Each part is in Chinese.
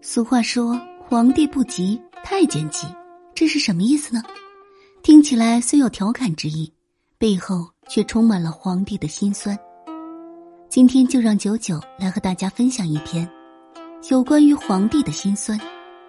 俗话说皇帝不急太监急，这是什么意思呢？听起来虽有调侃之意，背后却充满了皇帝的辛酸。今天就让九九来和大家分享一篇有关于皇帝的辛酸。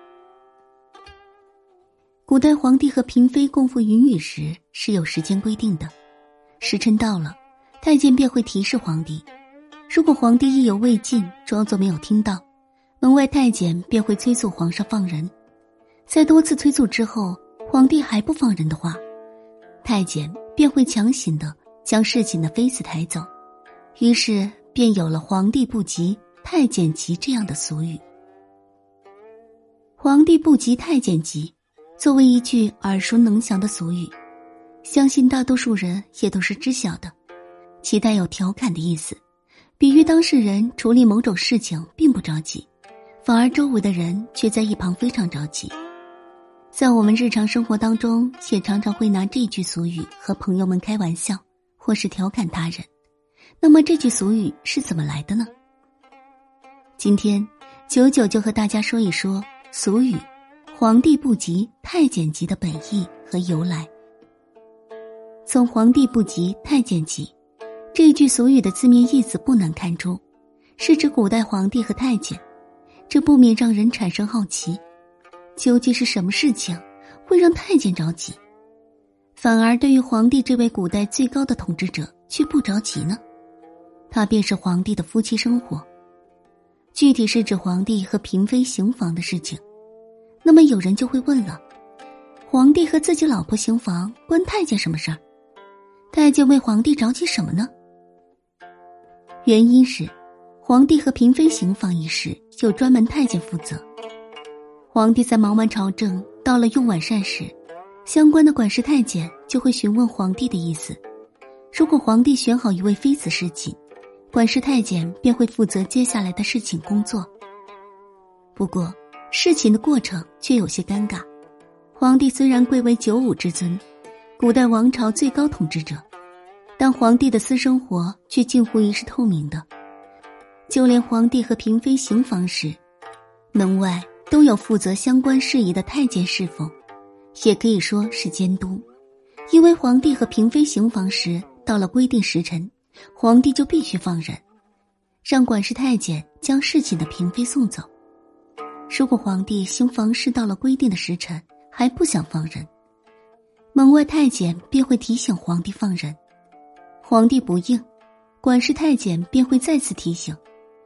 古代皇帝和嫔妃共赴云雨时是有时间规定的，时辰到了，太监便会提示皇帝，如果皇帝意犹未尽，装作没有听到，门外太监便会催促皇上放人。在多次催促之后，皇帝还不放人的话，太监便会强行的将侍寝的妃子抬走，于是便有了皇帝不急太监急这样的俗语。皇帝不急太监急作为一句耳熟能详的俗语，相信大多数人也都是知晓的，其带有调侃的意思，比喻当事人处理某种事情并不着急，反而周围的人却在一旁非常着急。在我们日常生活当中，也常常会拿这句俗语和朋友们开玩笑，或是调侃他人。那么这句俗语是怎么来的呢？今天九九就和大家说一说俗语皇帝不急太监急的本意和由来。从皇帝不急太监急这句俗语的字面意思不难看出，是指古代皇帝和太监，这不免让人产生好奇，究竟是什么事情会让太监着急，反而对于皇帝这位古代最高的统治者却不着急呢？他便是皇帝的夫妻生活，具体是指皇帝和嫔妃行房的事情。那么有人就会问了，皇帝和自己老婆行房关太监什么事儿？太监为皇帝着急什么呢？原因是皇帝和嫔妃行房一事有专门太监负责，皇帝在忙完朝政，到了用晚膳时，相关的管事太监就会询问皇帝的意思。如果皇帝选好一位妃子侍寝，管事太监便会负责接下来的侍寝工作。不过侍寝的过程却有些尴尬，皇帝虽然贵为九五之尊，古代王朝最高统治者，但皇帝的私生活却近乎于是透明的。就连皇帝和嫔妃行房时，门外都有负责相关事宜的太监侍奉，也可以说是监督。因为皇帝和嫔妃行房时，到了规定时辰，皇帝就必须放人，让管事太监将侍寝的嫔妃送走。如果皇帝行房事到了规定的时辰还不想放人，门外太监便会提醒皇帝放人，皇帝不应，管事太监便会再次提醒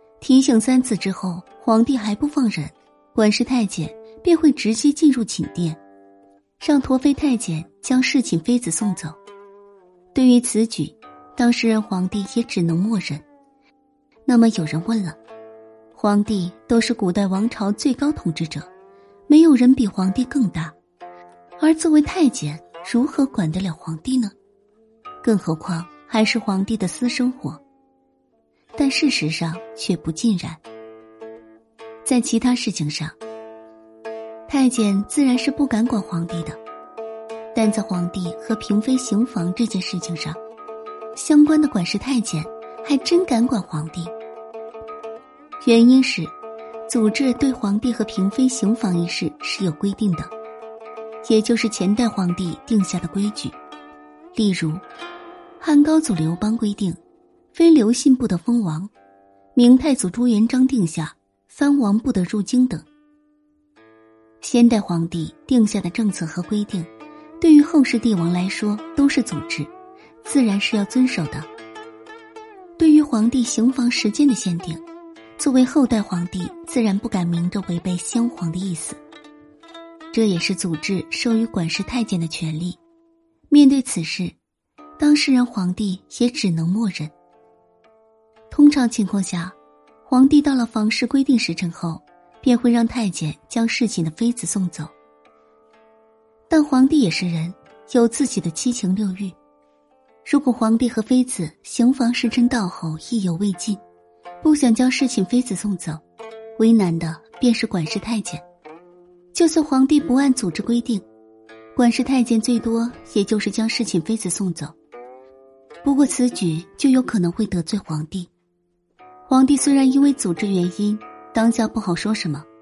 3次之后，皇帝还不放人，管事太监便会直接进入寝殿，让驼妃太监将侍寝妃子送走。对于此举，当时任皇帝也只能默认。那么有人问了，皇帝都是古代王朝最高统治者，没有人比皇帝更大，而作为太监如何管得了皇帝呢？更何况还是皇帝的私生活。但事实上却不尽然。在其他事情上，太监自然是不敢管皇帝的，但在皇帝和嫔妃行房这件事情上，相关的管事太监还真敢管皇帝。原因是祖制对皇帝和嫔妃行房一事是有规定的，也就是前代皇帝定下的规矩。例如汉高祖刘邦规定非刘姓不得封王，明太祖朱元璋定下藩王不得入京等。先代皇帝定下的政策和规定，对于后世帝王来说都是祖制，自然是要遵守的。对于皇帝行房时间的限定，作为后代皇帝自然不敢明着违背先皇的意思，这也是祖制授予管事太监的权利。面对此事，当事人皇帝也只能默认。通常情况下，皇帝到了房事规定时辰后，便会让太监将侍寝的妃子送走。但皇帝也是人，有自己的七情六欲。如果皇帝和妃子行房时辰到后意犹未尽，不想将侍寝妃子送走，为难的便是管事太监。就算皇帝不按祖制规定，管事太监最多也就是将侍寝妃子送走，不过此举就有可能会得罪皇帝。皇帝虽然因为祖制原因当下不好说什么，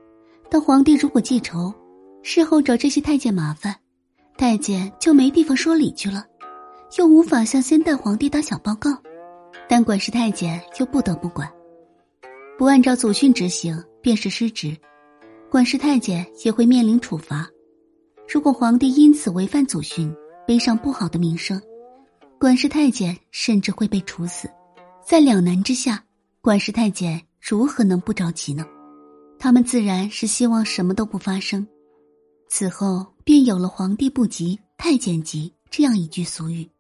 但皇帝如果记仇，事后找这些太监麻烦，太监就没地方说理去了，又无法向先代皇帝打小报告，但管事太监又不得不管，不按照祖训执行便是失职，管事太监也会面临处罚。如果皇帝因此违反祖训，背上不好的名声，管事太监甚至会被处死。在两难之下，管事太监如何能不着急呢？他们自然是希望什么都不发生。此后便有了皇帝不急太监急这样一句俗语。